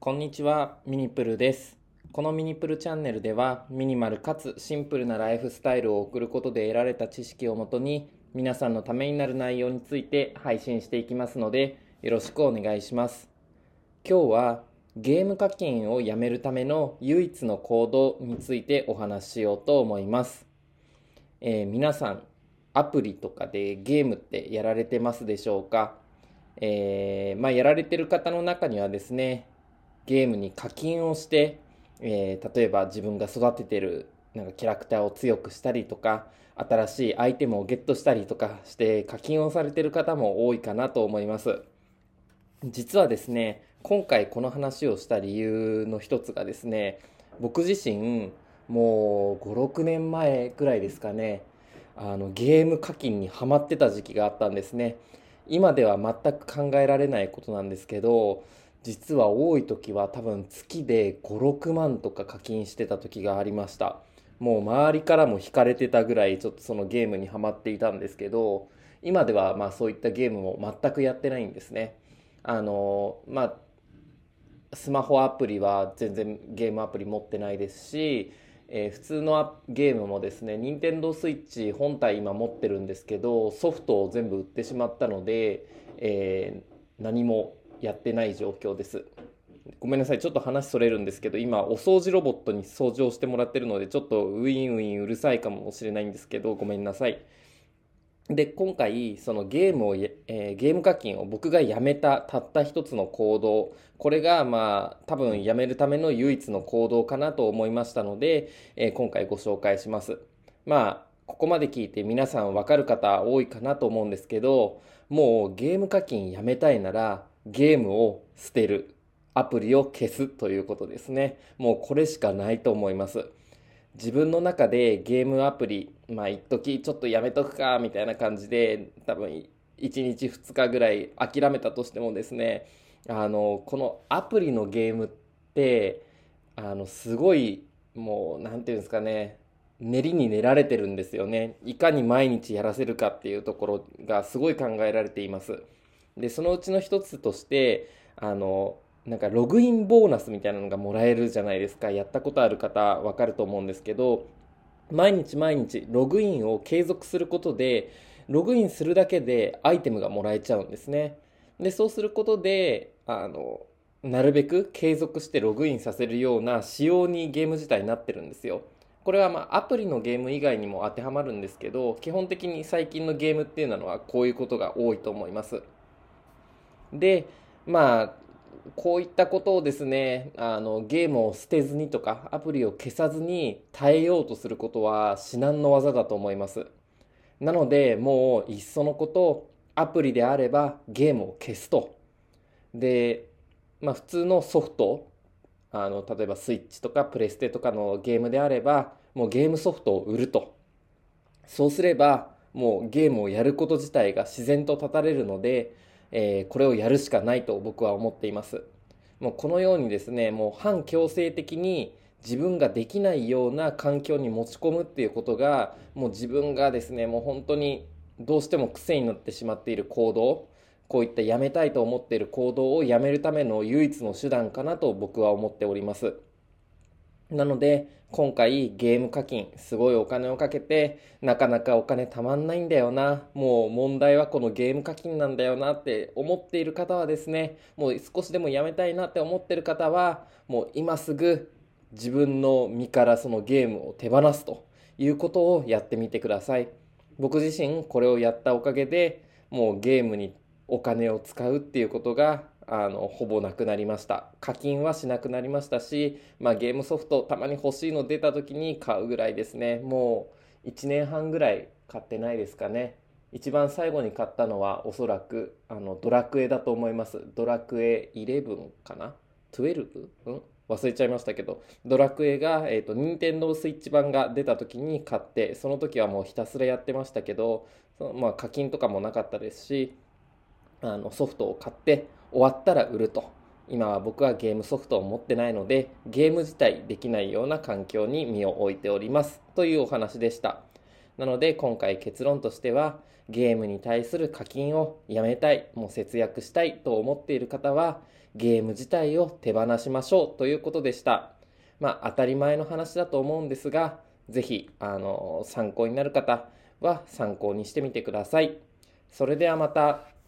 こんにちは、ミニプルです。このミニプルチャンネルでは、ミニマルかつシンプルなライフスタイルを送ることで得られた知識をもとに、皆さんのためになる内容について配信していきますので、よろしくお願いします。今日は、ゲーム課金をやめるための唯一の行動についてお話ししようと思います。皆さん、アプリとかでゲームってやられてますでしょうか？やられてる方の中にはですね、ゲームに課金をして、例えば自分が育ててるキャラクターを強くしたりとか、新しいアイテムをゲットしたりとかして課金をされてる方も多いかなと思います。実はですね、今回この話をした理由の一つがですね、僕自身もう5、6年前くらいですかね、ゲーム課金にハマってた時期があったんですね。今では全く考えられないことなんですけど、実は多い時は多分月で5、6万とか課金してた時がありました。もう周りからも惹かれてたぐらいちょっとそのゲームにハマっていたんですけど、今ではそういったゲームも全くやってないんですね。あのまあスマホアプリは全然ゲームアプリ持ってないですし、普通のゲームもですね、任天堂スイッチ本体今持ってるんですけど、ソフトを全部売ってしまったので、何もやってない状況です。ごめんなさい、ちょっと話それるんですけど、今お掃除ロボットに掃除をしてもらってるので、ちょっとウィンウィンうるさいかもしれないんですけど、ごめんなさい。で、今回、そのゲーム課金を僕がやめたたった一つの行動、これが多分やめるための唯一の行動かなと思いましたので、今回ご紹介します。ここまで聞いて皆さんわかる方多いかなと思うんですけど、もうゲーム課金やめたいなら、ゲームを捨てる。アプリを消すということですね。もうこれしかないと思います。自分の中でゲームアプリ、一時ちょっとやめとくかみたいな感じで、多分1日2日ぐらい諦めたとしてもですね、このアプリのゲームって、すごい、もう、なんていうんですかね、練りに練られてるんですよね。いかに毎日やらせるかっていうところがすごい考えられています。で、そのうちの一つとして、ログインボーナスみたいなのがもらえるじゃないですか。やったことある方わかると思うんですけど、毎日毎日ログインを継続することで、ログインするだけでアイテムがもらえちゃうんですね。で、そうすることで、なるべく継続してログインさせるような仕様にゲーム自体になってるんですよ。これはアプリのゲーム以外にも当てはまるんですけど、基本的に最近のゲームっていうのはこういうことが多いと思います。で、まあ、こういったことをですね、ゲームを捨てずにとか、アプリを消さずに耐えようとすることは至難の技だと思います。なので、もういっそのこと、アプリであればゲームを消すと。で、普通のソフト、例えばスイッチとかプレステとかのゲームであれば、もうゲームソフトを売ると。そうすれば、もうゲームをやること自体が自然と立たれるので、これをやるしかないと僕は思っています。もうこのようにですね、もう反強制的に自分ができないような環境に持ち込むっていうことが、もう自分がですね、もう本当にどうしても癖になってしまっている行動、こういったやめたいと思っている行動をやめるための唯一の手段かなと僕は思っております。なので、今回ゲーム課金、すごいお金をかけて、なかなかお金たまんないんだよな。もう問題はこのゲーム課金なんだよなって思っている方はですね、もう少しでもやめたいなって思っている方は、もう今すぐ自分の身からそのゲームを手放すということをやってみてください。僕自身これをやったおかげで、もうゲームにお金を使うっていうことがほぼなくなりました。課金はしなくなりましたし、ゲームソフトたまに欲しいの出た時に買うぐらいですね。もう1年半ぐらい買ってないですかね。一番最後に買ったのはおそらくドラクエだと思います。ドラクエ11かな？ 12？ 忘れちゃいましたけど、ドラクエが、任天堂スイッチ版が出た時に買って、その時はもうひたすらやってましたけど、課金とかもなかったですし、ソフトを買って終わったら売ると。今は僕はゲームソフトを持ってないので、ゲーム自体できないような環境に身を置いておりますというお話でした。 なので今回結論としては、ゲームに対する課金をやめたい、もう節約したいと思っている方は、ゲーム自体を手放しましょうということでした。当たり前の話だと思うんですが、ぜひ参考になる方は参考にしてみてください。それではまた。